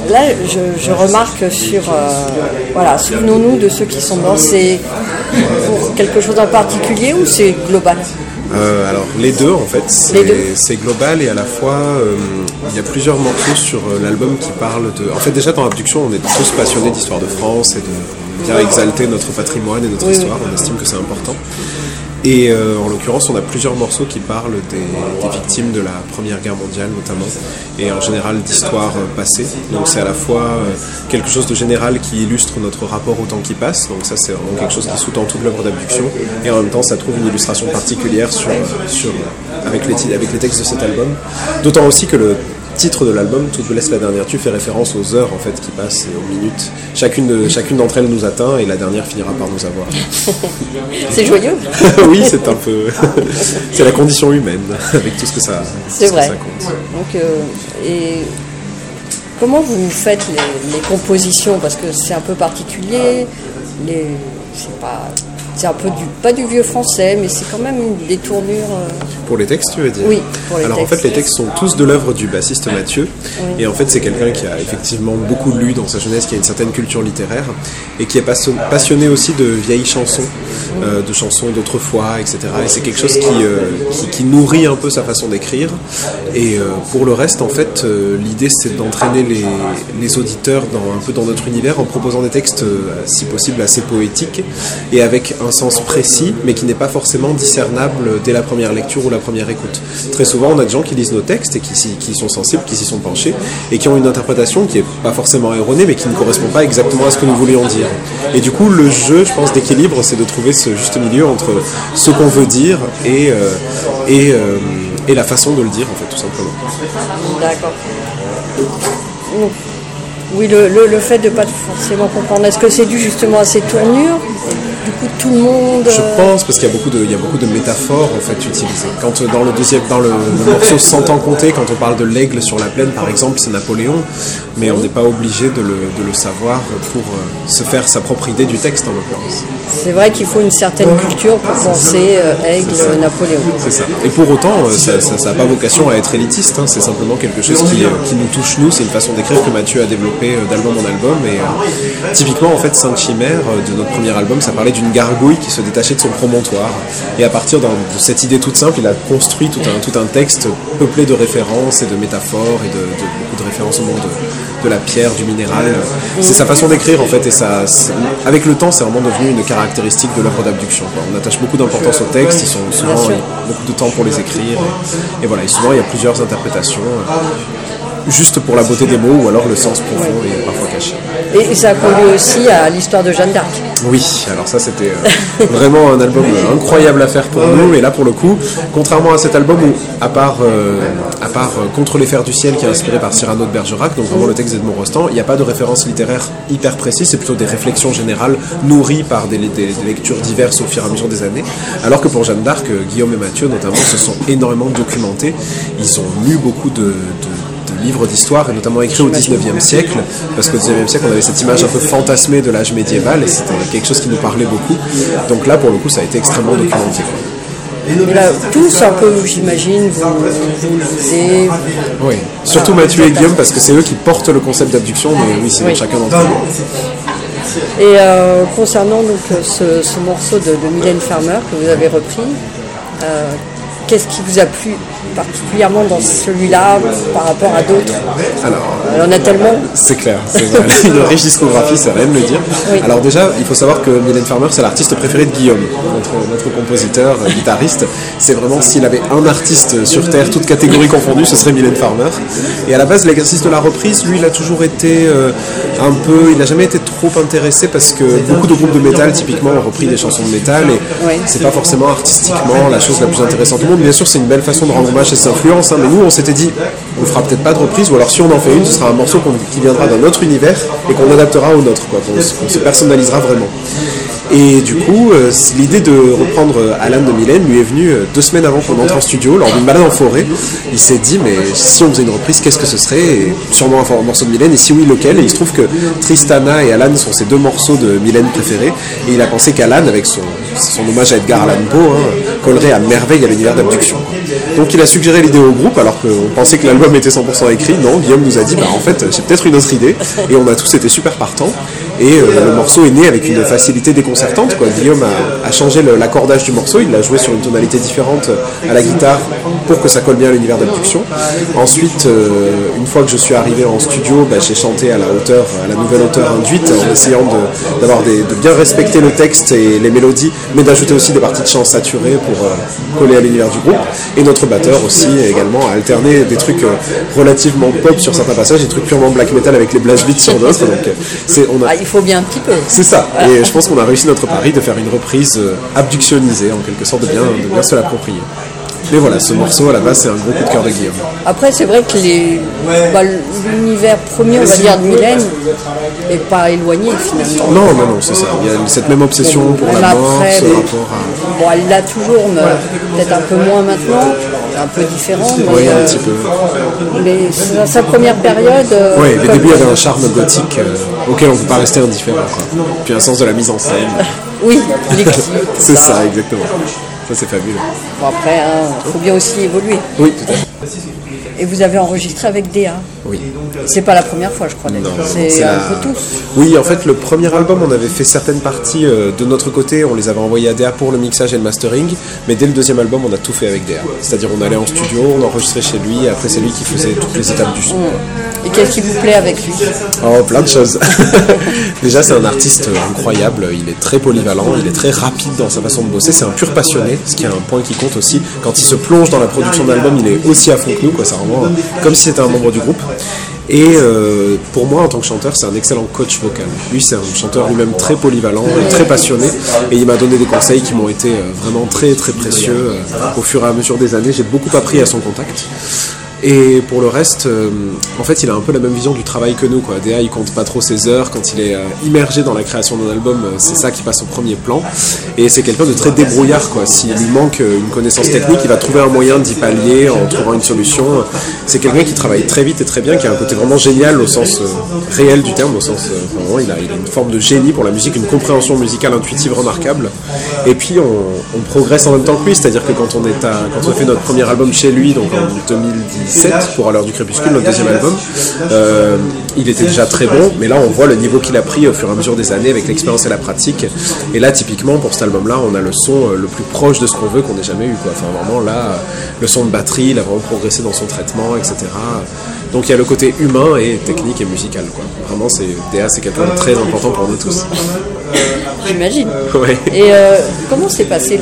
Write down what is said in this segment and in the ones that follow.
là, je remarque sur... voilà, souvenons-nous de ceux qui sont morts. C'est pour quelque chose en particulier ou c'est global ? Alors les deux en fait, c'est global et à la fois il y a plusieurs morceaux sur l'album qui parlent de... En fait déjà dans Abduction on est tous passionnés d'histoire de France et de bien exalter notre patrimoine et notre histoire, on estime que c'est important. Et en l'occurrence, on a plusieurs morceaux qui parlent des victimes de la Première Guerre mondiale notamment, et en général d'histoire passée. Donc c'est à la fois quelque chose de général qui illustre notre rapport au temps qui passe, donc ça c'est vraiment quelque chose qui sous-tend toute l'œuvre d'Abduction, et en même temps ça trouve une illustration particulière avec les textes de cet album. D'autant aussi que le titre de l'album, Toute blesse la dernière tue, fait référence aux heures en fait qui passent et aux minutes. Chacune d'entre elles nous atteint et la dernière finira par nous avoir. C'est joyeux. Oui, c'est un peu... c'est la condition humaine avec tout ce que ça, c'est vrai. Que ça compte. Donc, et comment vous faites les compositions ? Parce que c'est un peu particulier. C'est un peu pas du vieux français, mais c'est quand même des tournures... Pour les textes, tu veux dire ? Oui, pour les textes. Alors en fait, les textes sont tous de l'œuvre du bassiste Mathieu. Oui. Et en fait, c'est quelqu'un qui a effectivement beaucoup lu dans sa jeunesse, qui a une certaine culture littéraire, et qui est passionné aussi de vieilles chansons, de chansons d'autrefois, etc. Et c'est quelque chose qui nourrit un peu sa façon d'écrire. Et pour le reste, en fait, l'idée, c'est d'entraîner les auditeurs un peu dans notre univers en proposant des textes, si possible, assez poétiques, et avec un sens précis, mais qui n'est pas forcément discernable dès la première lecture ou la première écoute. Très souvent, on a des gens qui lisent nos textes et qui sont sensibles, qui s'y sont penchés, et qui ont une interprétation qui n'est pas forcément erronée, mais qui ne correspond pas exactement à ce que nous voulions dire. Et du coup, le jeu, je pense, d'équilibre, c'est de trouver ce juste milieu entre ce qu'on veut dire et la façon de le dire, en fait, tout simplement. D'accord. Oui, le fait de ne pas forcément comprendre, est-ce que c'est dû justement à ces tournures ? Du coup, tout le monde... Je pense, parce qu'il y a beaucoup de métaphores en fait utilisées. Quand dans le morceau 100 ans comptés, quand on parle de l'aigle sur la plaine, par exemple, c'est Napoléon, mais on n'est pas obligé de le savoir pour se faire sa propre idée du texte, en l'occurrence. C'est vrai qu'il faut une certaine culture pour penser aigle, Napoléon. C'est ça. Et pour autant, ça n'a pas vocation à être élitiste, hein. C'est simplement quelque chose qui nous touche, nous. C'est une façon d'écrire que Mathieu a développée d'album en album. Et typiquement, en fait, Sainte Chimère, de notre premier album, ça parlait d'une gargouille qui se détachait de son promontoire. Et à partir de cette idée toute simple, il a construit tout un texte peuplé de références et de métaphores et de beaucoup de références au monde de la pierre, du minéral. C'est sa façon d'écrire, en fait. Et ça, avec le temps, c'est vraiment devenu une caractéristique de l'œuvre d'Abduction, quoi. On attache beaucoup d'importance aux textes, ils sont souvent beaucoup de temps pour les écrire. Et voilà, et souvent, il y a plusieurs interprétations. Juste pour la beauté des mots ou alors le sens profond et parfois caché. Et ça a conduit aussi à l'histoire de Jeanne d'Arc. Oui, alors ça c'était vraiment un album incroyable à faire pour nous. Et là pour le coup, contrairement à cet album où, à part Contre les fers du ciel qui est inspiré par Cyrano de Bergerac, donc vraiment le texte d'Edmond Rostand, il n'y a pas de référence littéraire hyper précise, c'est plutôt des réflexions générales nourries par des lectures diverses au fur et à mesure des années. Alors que pour Jeanne d'Arc, Guillaume et Mathieu notamment se sont énormément documentés. Ils ont lu beaucoup de livres d'histoire, et notamment écrits au 19e siècle, parce qu'au 19e siècle, on avait cette image un peu fantasmée de l'âge médiéval, et c'était quelque chose qui nous parlait beaucoup. Donc là, pour le coup, ça a été extrêmement documenté, quoi. Et là, tous un peu, j'imagine, vous lisez... Oui, surtout Mathieu et Guillaume, parce que c'est eux qui portent le concept d'abduction, mais oui, c'est chacun d'entre eux. Et concernant donc, ce morceau de Mylène Farmer que vous avez repris, qu'est-ce qui vous a plu particulièrement dans celui-là par rapport à d'autres ? Alors, il y en a tellement. C'est clair, c'est vrai. Une riche discographie, c'est rien de le dire. Oui. Alors déjà, il faut savoir que Mylène Farmer, c'est l'artiste préféré de Guillaume, notre compositeur, guitariste. C'est vraiment, s'il avait un artiste sur Terre, toutes catégories confondues, ce serait Mylène Farmer. Et à la base, l'exercice de la reprise, lui, il a toujours été il n'a jamais été trop intéressé parce que beaucoup de groupes de métal, typiquement, ont repris des chansons de métal et c'est pas forcément artistiquement la chose la plus intéressante du monde. Bien sûr, c'est une belle façon de rendre hommage à ses influences, hein, mais nous, on s'était dit, on fera peut-être pas de reprise, ou alors si on en fait une, ce sera un morceau qui viendra d'un autre univers et qu'on adaptera au nôtre, quoi, qu'on se personnalisera vraiment. Et du coup, l'idée de reprendre Alan de Mylène lui est venue 2 semaines avant qu'on entre en studio, lors d'une balade en forêt. Il s'est dit, mais si on faisait une reprise, qu'est-ce que ce serait? Et sûrement un morceau de Mylène, et si oui, lequel? Et il se trouve que Tristana et Alan sont ses 2 morceaux de Mylène préférés. Et il a pensé qu'Alan, avec son hommage à Edgar Allan Poe, collerait à merveille à l'univers d'Abduction. Donc il a suggéré l'idée au groupe, alors qu'on pensait que l'album était 100% écrit. Non, Guillaume nous a dit, en fait, j'ai peut-être une autre idée. Et on a tous été super partants. Et le morceau est né avec une facilité déconcertante, quoi. Guillaume a changé l'accordage du morceau, il l'a joué sur une tonalité différente à la guitare pour que ça colle bien à l'univers d'Abduction. Ensuite, une fois que je suis arrivé en studio, j'ai chanté à la nouvelle hauteur induite, en essayant de bien respecter le texte et les mélodies, mais d'ajouter aussi des parties de chant saturées pour coller à l'univers du groupe. Et notre batteur aussi également a alterné des trucs relativement pop sur certains passages, des trucs purement black metal avec les blast beats sur d'autres. Donc il faut bien un petit peu. C'est ça. Et je pense qu'on a réussi notre pari de faire une reprise abductionnisée, en quelque sorte, de bien se l'approprier. Mais voilà, ce morceau, à la base, c'est un gros coup de cœur de Guillaume. Après, c'est vrai que l'univers premier, on va dire, de Mylène n'est pas éloigné, finalement. Non, c'est ça. Il y a cette même obsession pour la mort, ce rapport à... Bon, elle l'a toujours, mais peut-être un peu moins maintenant, un peu différent. Oui, un petit peu. Mais sa première période... Oui, les débuts avaient un charme gothique auquel on ne peut pas rester indifférent, quoi. Puis un sens de la mise en scène. Oui, l'équilibre. C'est ça, exactement. Ça, c'est fabuleux. Bon, après, il faut bien aussi évoluer. Oui, tout à fait. Et vous avez enregistré avec DA. Oui. C'est pas la première fois, je crois. C'est un peu tous. Oui, en fait, le premier album, on avait fait certaines parties de notre côté, on les avait envoyés à DA pour le mixage et le mastering, mais dès le deuxième album, on a tout fait avec DA. C'est-à-dire, on allait en studio, on enregistrait chez lui, et après, c'est lui qui faisait toutes les étapes du son. Et qu'est-ce qui vous plaît avec lui? Oh, plein de choses. Déjà, c'est un artiste incroyable, il est très polyvalent, il est très rapide dans sa façon de bosser, c'est un pur passionné, ce qui est un point qui compte aussi. Quand il se plonge dans la production d'album, il est aussi à fond que nous, quoi. Ça rend comme si c'était un membre du groupe. Et pour moi, en tant que chanteur, c'est un excellent coach vocal. Lui, c'est un chanteur lui-même très polyvalent, très passionné, et il m'a donné des conseils qui m'ont été vraiment très très précieux au fur et à mesure des années. J'ai beaucoup appris à son contact. Et pour le reste, en fait, il a un peu la même vision du travail que nous, quoi. DA, il compte pas trop ses heures. Quand il est immergé dans la création d'un album, c'est ça qui passe au premier plan. Et c'est quelqu'un de très débrouillard, quoi. S'il lui manque une connaissance technique, il va trouver un moyen d'y pallier en trouvant une solution. C'est quelqu'un qui travaille très vite et très bien, qui a un côté vraiment génial au sens réel du terme, au sens vraiment, il a une forme de génie pour la musique, une compréhension musicale intuitive remarquable. Et puis on progresse en même temps que lui, c'est-à-dire que quand on a fait notre premier album chez lui, donc en 2017 pour À l'heure du crépuscule, notre deuxième album, il était déjà très bon, mais là on voit le niveau qu'il a pris au fur et à mesure des années avec l'expérience et la pratique. Et là typiquement pour cet album-là, on a le son le plus proche de ce qu'on veut qu'on ait jamais eu, quoi. Enfin vraiment là, le son de batterie, il a vraiment progressé dans son traitement, etc. Donc il y a le côté humain et technique et musical, quoi. Vraiment, DA, c'est quelqu'un de très important pour nous tous. J'imagine. Ouais. Et comment s'est passé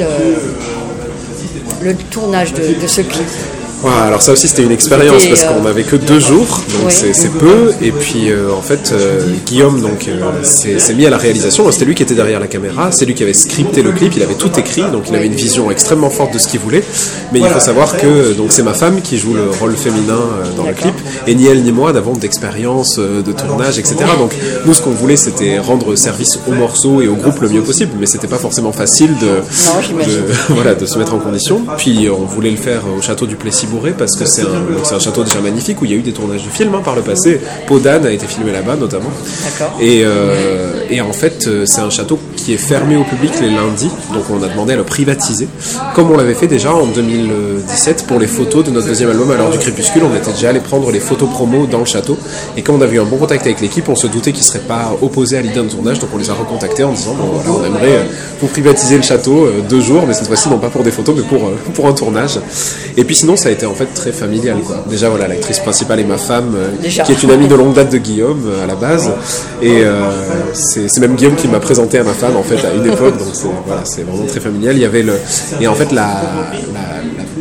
le tournage de ce clip? Voilà, alors ça aussi c'était une expérience parce qu'on n'avait que 2 jours, donc oui. c'est peu. Et puis en fait Guillaume s'est mis à la réalisation. C'était lui qui était derrière la caméra, c'est lui qui avait scripté le clip, il avait tout écrit, donc il avait une vision extrêmement forte de ce qu'il voulait. Mais il faut savoir que donc c'est ma femme qui joue le rôle féminin dans le clip, et ni elle ni moi n'avons d'expérience de tournage, etc. Donc nous ce qu'on voulait c'était rendre service au morceau et au groupe le mieux possible, mais c'était pas forcément facile de se mettre en condition. Puis on voulait le faire au château du Plessis parce que c'est un château déjà magnifique où il y a eu des tournages de films par le passé. Peau d'âne a été filmé là-bas notamment. Et en fait c'est un château qui est fermé au public les lundis, donc on a demandé à le privatiser comme on l'avait fait déjà en 2017 pour les photos de notre deuxième album À l'heure du crépuscule. On était déjà allé prendre les photos promo dans le château, et quand on avait eu un bon contact avec l'équipe, on se doutait qu'ils ne seraient pas opposés à l'idée d'un tournage, donc on les a recontactés en disant bon voilà, on aimerait vous privatiser le château 2 jours, mais cette fois-ci non pas pour des photos mais pour un tournage. Et puis sinon ça a été en fait très familial, quoi. Déjà voilà, l'actrice principale est ma femme qui est une amie de longue date de Guillaume à la base, et c'est même Guillaume qui m'a présenté à ma femme en fait à une époque, donc c'est vraiment très familial. Il y avait et en fait la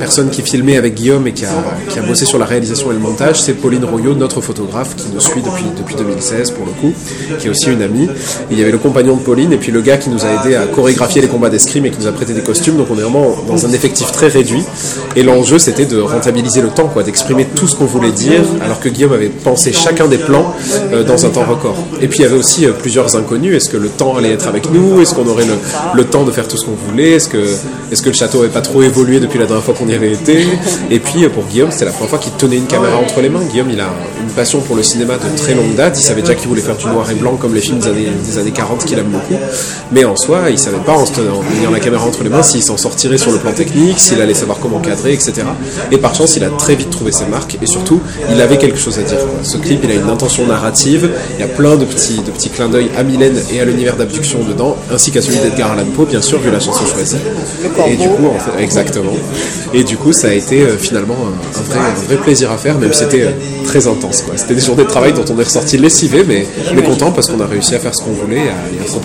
personne qui filmait avec Guillaume et qui a bossé sur la réalisation et le montage, c'est Pauline Royot, notre photographe, qui nous suit depuis 2016 pour le coup, qui est aussi une amie. Et il y avait le compagnon de Pauline et puis le gars qui nous a aidé à chorégraphier les combats d'escrime et qui nous a prêté des costumes. Donc on est vraiment dans un effectif très réduit. Et l'enjeu, c'était de rentabiliser le temps, quoi, d'exprimer tout ce qu'on voulait dire, alors que Guillaume avait pensé chacun des plans dans un temps record. Et puis il y avait aussi plusieurs inconnus. Est-ce que le temps allait être avec nous? Est-ce qu'on aurait le temps de faire tout ce qu'on voulait? Est-ce que le château n'avait pas trop évolué depuis la dernière fois qu'on y avait été? Et puis pour Guillaume, c'était la première fois qu'il tenait une caméra entre les mains. Guillaume, il a une passion pour le cinéma de très longue date. Il savait déjà qu'il voulait faire du noir et blanc comme les films des années 40 qu'il aime beaucoup. Mais en soi, il savait pas en tenant la caméra entre les mains s'il s'en sortirait sur le plan technique, s'il allait savoir comment cadrer, etc. Et par chance, il a très vite trouvé ses marques et surtout, il avait quelque chose à dire. Ce clip, il a une intention narrative. Il y a plein de petits clins d'œil à Mylène et à l'univers d'Abduction dedans, ainsi qu'à celui d'Edgar Allan Poe, bien sûr, vu la chanson choisie. Et du coup, exactement. Et du coup, ça a été finalement un vrai plaisir à faire, même si c'était très intense, quoi. C'était des journées de travail dont on est ressorti lessivé, mais content parce qu'on a réussi à faire ce qu'on voulait et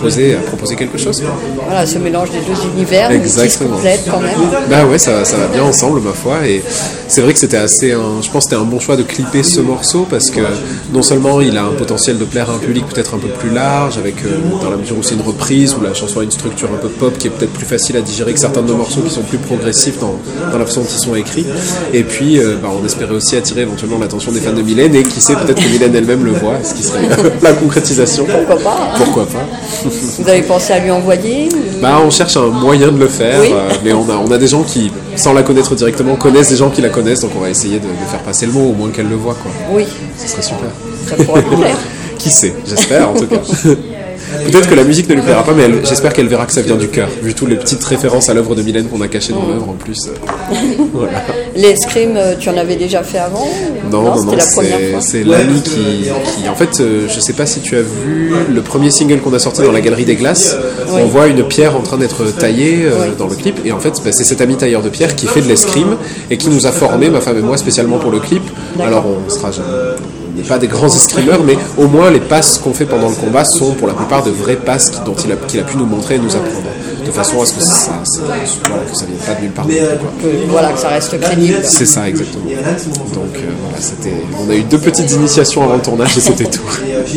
à proposer quelque chose, quoi. Voilà, ce mélange des deux univers, qui se complètent quand même. Bah ouais, ça va bien ensemble, ma foi. Et c'est vrai que c'était je pense que c'était un bon choix de clipper ce morceau parce que non seulement il a un potentiel de plaire à un public peut-être un peu plus large, avec dans la mesure où c'est une reprise, où la chanson a une structure un peu pop qui est peut-être plus facile à digérer que certains de nos morceaux qui sont plus progressifs dans la façon dont ils sont écrits. Et puis on espérait aussi attirer éventuellement l'attention des fans de Mylène, et qui sait, peut-être que Mylène elle-même le voit, ce qui serait la concrétisation. Pourquoi pas. Vous avez pensé à lui envoyer On cherche un moyen de le faire, oui. Mais on a des gens qui, sans la connaître directement, connaissent des gens qui la connaissent, donc on va essayer de faire passer le mot, au moins qu'elle le voit, quoi. Oui. Ce serait super. Ça pourrait lui plaire. Qui sait, j'espère en tout cas. Peut-être que la musique ne lui plaira pas, mais j'espère qu'elle verra que ça vient du cœur, vu toutes les petites références à l'œuvre de Mylène qu'on a cachées dans l'œuvre en plus. Voilà. L'escrime, tu en avais déjà fait avant? Non, c'est l'ami qui en fait, je sais pas si tu as vu le premier single qu'on a sorti dans la Galerie des Glaces. Oui. On voit une pierre en train d'être taillée dans le clip, et en fait c'est cet ami tailleur de pierre qui fait de l'escrime et qui nous a formés, ma femme et moi, spécialement pour le clip. D'accord. Alors on sera pas des grands escrimeurs, mais au moins les passes qu'on fait pendant le combat sont pour la plupart de vraies passes qu'il a pu nous montrer et nous apprendre, de façon à ce que ça vienne pas de nulle part. Voilà, que ça reste crédible. C'est ça, exactement. Donc on a eu 2 petites initiations avant le tournage et c'était tout.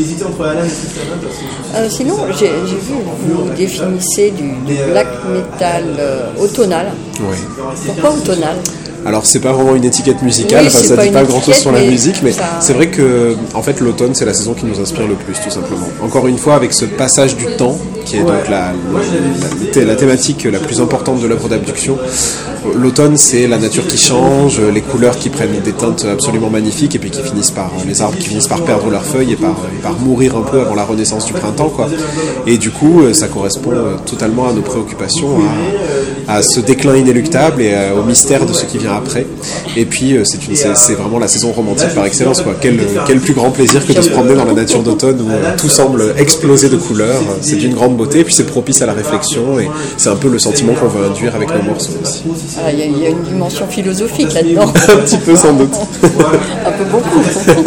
Sinon, j'ai vu, vous définissez du black metal automnal. Oui. Pourquoi automnal ? Alors c'est pas vraiment une étiquette musicale, ça dit pas grand chose sur la musique, mais c'est vrai que en fait l'automne c'est la saison qui nous inspire le plus, tout simplement. Encore une fois, avec ce passage du temps qui est donc la thématique la plus importante de l'œuvre d'Abduction. L'automne, c'est la nature qui change, les couleurs qui prennent des teintes absolument magnifiques, et puis les arbres qui finissent par perdre leurs feuilles et par mourir un peu avant la renaissance du printemps, quoi. Et du coup, ça correspond totalement à nos préoccupations, à ce déclin inéluctable et au mystère de ce qui vient après. Et puis, c'est vraiment la saison romantique par excellence, quoi. Quel plus grand plaisir que de se promener dans la nature d'automne où tout semble exploser de couleurs. C'est d'une grande beauté, et puis c'est propice à la réflexion, et c'est un peu le sentiment qu'on veut induire avec nos morceaux aussi. Il y a une dimension philosophique là-dedans. Un petit peu, sans doute. Un peu beaucoup.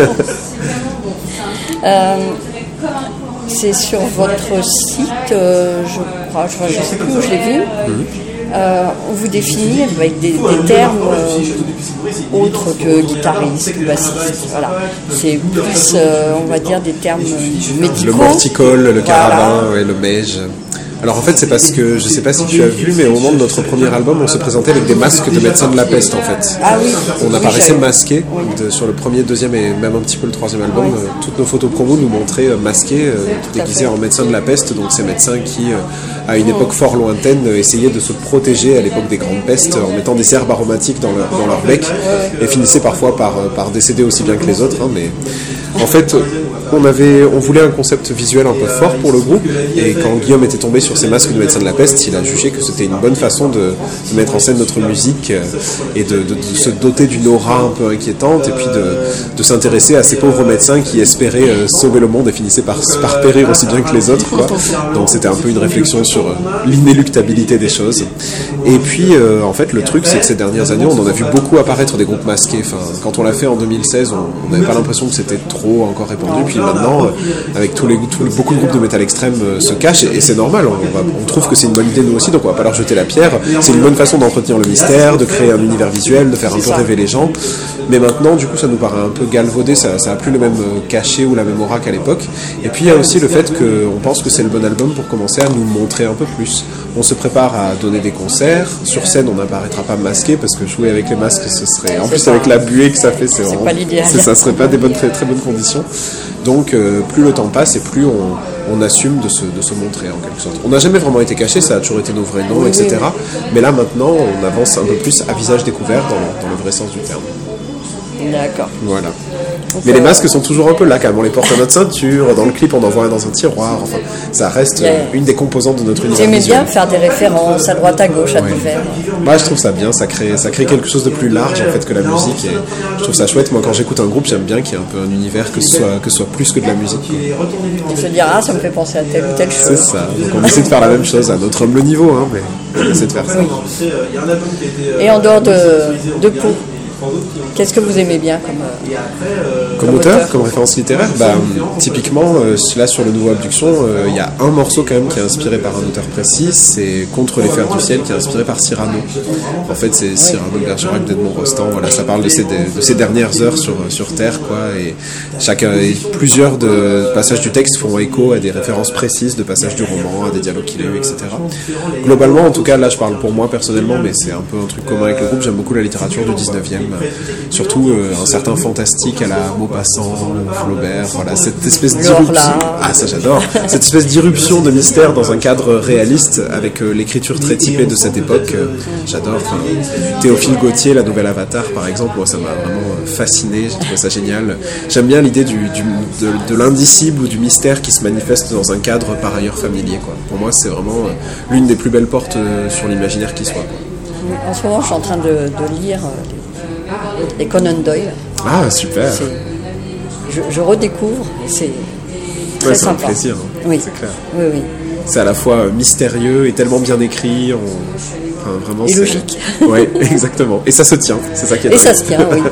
C'est sur votre site, je crois, je ne sais plus où je l'ai vu. On vous définit avec des termes autres que guitariste ou bassiste. Voilà. C'est plus, on va dire, des termes médicaux. Le morticole, le carabin, ouais, le mège. Alors en fait c'est parce que, je sais pas si tu as vu, mais au moment de notre premier album on se présentait avec des masques de médecins de la peste en fait. Ah oui. On apparaissait masqués, sur le premier, deuxième et même un petit peu le troisième album, toutes nos photos promo nous montraient masqués, déguisés en médecins de la peste, donc ces médecins qui à une époque fort lointaine essayaient de se protéger à l'époque des grandes pestes en mettant des herbes aromatiques dans leur bec et finissaient parfois par décéder aussi bien que les autres, mais en fait on voulait un concept visuel un peu fort pour le groupe, et quand Guillaume était tombé sur ces masques de médecins de la peste, il a jugé que c'était une bonne façon de mettre en scène notre musique et de se doter d'une aura un peu inquiétante, et puis de s'intéresser à ces pauvres médecins qui espéraient sauver le monde et finissaient par périr aussi bien que les autres, quoi. Donc c'était un peu une réflexion sur l'inéluctabilité des choses. Et puis en fait le truc c'est que ces dernières années on en a vu beaucoup apparaître des groupes masqués. Enfin, quand on l'a fait en 2016 on n'avait pas l'impression que c'était trop encore répandu, puis maintenant, avec beaucoup de groupes de métal extrême se cachent, et c'est normal, on trouve que c'est une bonne idée nous aussi, donc on va pas leur jeter la pierre. C'est une bonne façon d'entretenir le mystère, de créer un univers visuel, de faire un peu rêver les gens. Mais maintenant, du coup, ça nous paraît un peu galvaudé, ça a plus le même cachet ou la même aura qu'à l'époque. Et puis il y a aussi le fait qu'on pense que c'est le bon album pour commencer à nous montrer un peu plus. On se prépare à donner des concerts. Sur scène, on n'apparaîtra pas masqué, parce que jouer avec les masques, ce serait... En plus, avec la buée que ça fait, c'est vraiment... pas l'idéal. Ça serait pas des très, très bonnes conditions. Donc, plus le temps passe et plus on assume de se montrer, en quelque sorte. On n'a jamais vraiment été cachés, ça a toujours été nos vrais noms, etc. Mais là, maintenant, on avance un peu plus à visage découvert dans le vrai sens du terme. D'accord. Voilà. Mais les masques sont toujours un peu là, quand même. On les porte à notre ceinture, dans le clip, on en voit un dans un tiroir. Enfin, ça reste une des composantes de notre univers. J'aimais bien faire des références à droite à gauche à divers. Moi, je trouve ça bien. Ça crée quelque chose de plus large en fait que la musique. Et je trouve ça chouette. Moi, quand j'écoute un groupe, j'aime bien qu'il y ait un peu un univers que ce soit plus que de la musique. Et se dire ça me fait penser à telle ou telle chose. C'est ça. Donc on essaie de faire la même chose à notre humble niveau, hein, mais on essaie de faire ça. Oui. Et en dehors de Pau, qu'est-ce que vous aimez bien comme auteur, comme référence littéraire? Typiquement, là sur le nouveau Abduction, il y a un morceau quand même qui est inspiré par un auteur précis, c'est Contre les fers du ciel, qui est inspiré par Cyrano. En fait, c'est Cyrano de Bergerac d'Edmond Rostand. Voilà, ça parle de ses dernières heures sur Terre, quoi. Et plusieurs passages du texte font écho à des références précises de passages du roman, à des dialogues qu'il a eu, etc. Globalement, en tout cas, là, je parle pour moi personnellement, mais c'est un peu un truc commun avec le groupe. J'aime beaucoup la littérature du 19e. Surtout un certain fantastique à la Maupassant, Flaubert, voilà, cette espèce d'irruption. Ah, ça j'adore! Cette espèce d'irruption de mystère dans un cadre réaliste avec l'écriture très typée de cette époque. J'adore. Enfin, Théophile Gautier, la nouvelle Avatar, par exemple, moi ça m'a vraiment fasciné, j'ai trouvé ça génial. J'aime bien l'idée de l'indicible ou du mystère qui se manifeste dans un cadre par ailleurs familier, quoi. Pour moi, c'est vraiment l'une des plus belles portes sur l'imaginaire qui soit, quoi. En ce moment, je suis en train de lire les Conan Doyle. Ah, super! Je redécouvre, c'est très sympa. C'est un plaisir, hein. Oui. C'est clair. Oui. C'est à la fois mystérieux et tellement bien écrit. Vraiment, et logique. Oui, exactement. Et ça se tient, c'est ça qui est Et dingue. ça se tient, oui.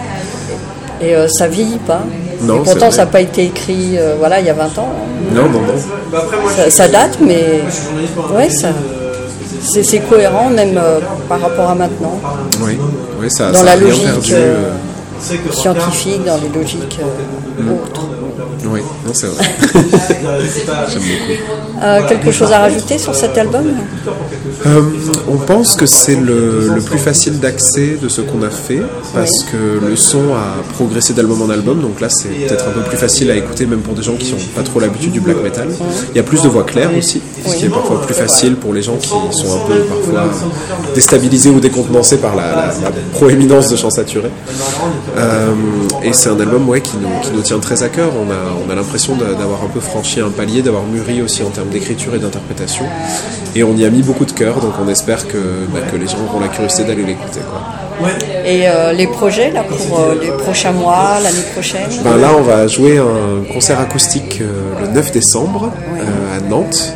Et ça vieillit pas. Non, et pourtant, ça n'a pas été écrit il y a 20 ans. Non. Ça date, mais ouais, c'est cohérent, même par rapport à maintenant. Oui, ça dans la rien logique perdu, scientifique, dans les logiques autres. Oui, non, c'est vrai. J'aime beaucoup. Quelque chose à rajouter sur cet album? On pense que c'est le plus facile d'accès de ce qu'on a fait, parce que le son a progressé d'album en album, donc là c'est peut-être un peu plus facile à écouter même pour des gens qui n'ont pas trop l'habitude du black metal. Il y a plus de voix claires aussi, ce qui est parfois plus facile pour les gens qui sont un peu parfois déstabilisés ou décontenancés par la proéminence de chants saturés. Et c'est un album qui nous tient très à cœur. On a l'impression d'avoir un peu franchi un palier, d'avoir mûri aussi en termes d'écriture et d'interprétation, et on y a mis beaucoup de cœur, donc on espère que les gens auront la curiosité d'aller l'écouter, quoi. Et les projets là, pour les prochains mois, l'année prochaine? Là on va jouer un concert acoustique le 9 décembre à Nantes,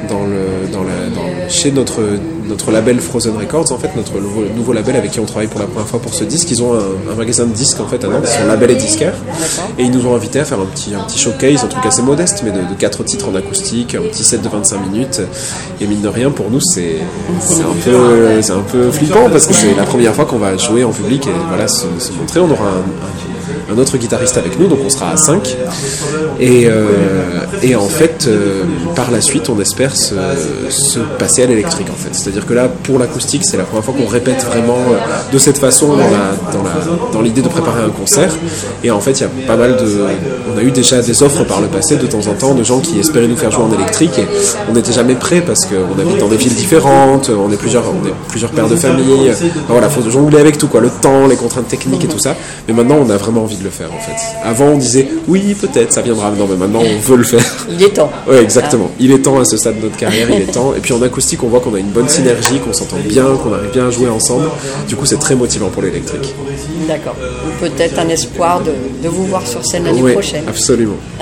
chez notre label Frozen Records, en fait, notre nouveau label avec qui on travaille pour la première fois pour ce disque. Ils ont un magasin de disques en fait à Nantes, ils sont label et disquaire, et ils nous ont invités à faire un petit showcase, un truc assez modeste, mais de 4 titres en acoustique, un petit set de 25 minutes, et mine de rien pour nous c'est un peu flippant, parce que c'est la première fois qu'on va jouer en public et voilà, se montrer. On aura un autre guitariste avec nous, donc on sera à 5, et en fait par la suite on espère se passer à l'électrique, en fait. C'est-à-dire que là pour l'acoustique c'est la première fois qu'on répète vraiment de cette façon dans l'idée de préparer un concert, et en fait il y a pas mal on a eu déjà des offres par le passé de temps en temps de gens qui espéraient nous faire jouer en électrique, et on n'était jamais prêts parce qu'on habite dans des villes différentes, on est plusieurs pères de famille, voilà, faut jongler avec tout, quoi, le temps, les contraintes techniques et tout ça. Mais maintenant on a vraiment envie de le faire, en fait. Avant on disait oui peut-être ça viendra, non, mais maintenant on veut le faire. Il est temps. Ouais, exactement. Il est temps à ce stade de notre carrière, il est temps. Et puis en acoustique on voit qu'on a une bonne synergie, qu'on s'entend bien, qu'on arrive bien à jouer ensemble. Du coup c'est très motivant pour l'électrique. D'accord. Peut-être un espoir de vous voir sur scène l'année prochaine. Absolument.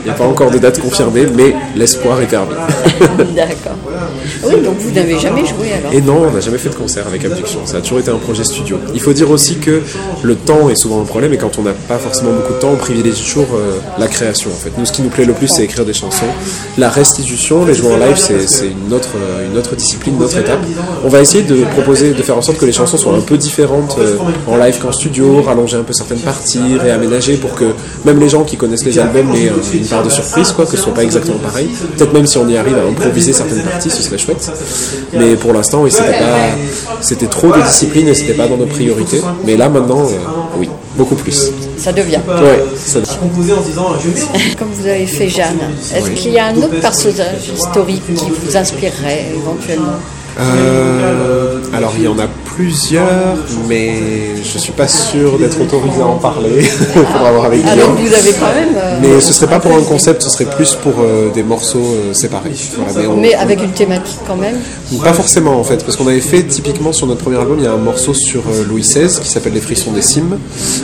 Il n'y a pas encore de date confirmée, mais l'espoir est permis. D'accord. Oui, donc vous n'avez jamais joué alors? Et non, on n'a jamais fait de concert avec Abduction. Ça a toujours été un projet studio. Il faut dire aussi que le temps est souvent un problème, et quand on n'a pas forcément beaucoup de temps, on privilégie toujours la création en fait. Nous, ce qui nous plaît le plus, c'est écrire des chansons. La restitution, les jouer en live, c'est une autre discipline, une autre étape. On va essayer de proposer, de faire en sorte que les chansons soient un peu différentes en live qu'en studio, rallonger un peu certaines parties, réaménager pour que même les gens qui connaissent les albums aient une part de surprise, quoi, que ce soit pas exactement pareil. Peut-être même si on y arrive à improviser certaines parties, ce serait chouette. Mais pour l'instant, oui, c'était trop de discipline et c'était pas dans nos priorités. Mais là, maintenant, oui, beaucoup plus. Ça devient. Ouais, ça devient. Comme vous avez fait Jeanne, est-ce qu'il y a un autre personnage historique qui vous inspirerait éventuellement? Alors il y en a plusieurs, mais je suis pas sûr d'être autorisé à en parler. Il faudra voir avec Guillaume. Alors vous avez quand même. Mais ce serait pas pour un concept, ce serait plus pour des morceaux séparés. Voilà, mais avec une thématique quand même. Pas forcément en fait, parce qu'on avait fait typiquement sur notre premier album, il y a un morceau sur Louis XVI qui s'appelle Les Frissons des Cimes.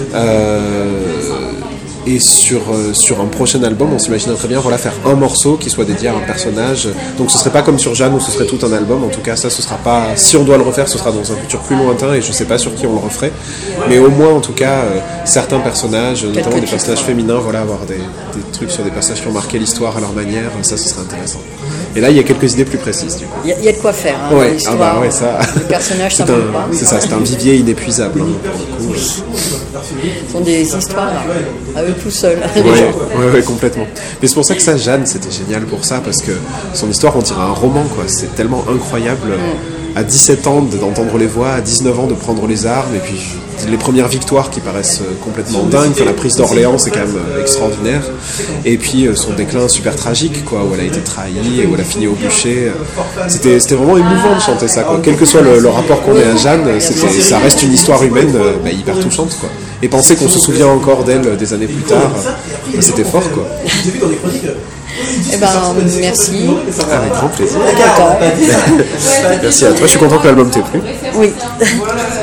Et sur un prochain album, on s'imaginerait très bien faire un morceau qui soit dédié à un personnage. Donc ce serait pas comme sur Jeanne où ce serait tout un album. En tout cas, ça, ce sera pas. Si on doit le refaire, ce sera dans un futur plus lointain et je sais pas sur qui on le referait. Mais au moins, en tout cas, certains personnages, notamment des personnages féminins, avoir des trucs sur des personnages qui ont marqué l'histoire à leur manière, ça, ce serait intéressant. Et là, il y a quelques idées plus précises. Du coup. Il y a de quoi faire. Hein, ouais, l'histoire, ça. Les personnages, ça peut pas. C'est ça, c'est un vivier inépuisable. Hein, pour le coup. Ce sont des histoires à eux tout seuls. Oui, complètement. Mais c'est pour ça que ça, Jeanne, c'était génial pour ça, parce que son histoire, on dirait un roman, quoi. C'est tellement incroyable. À 17 ans d'entendre les voix, à 19 ans de prendre les armes, et puis les premières victoires qui paraissent complètement dingues. Enfin, la prise d'Orléans, c'est quand même extraordinaire. Et puis son déclin super tragique, quoi, où elle a été trahie et où elle a fini au bûcher. C'était vraiment émouvant de chanter ça, quoi. Quel que soit le rapport qu'on ait à Jeanne, ça reste une histoire humaine hyper touchante, quoi. Et penser qu'on se souvient encore d'elle des années plus tard, c'était fort, quoi. Eh ben, merci. Avec grand plaisir. Content. Merci à toi. Je suis content que l'album t'ait plu. Oui.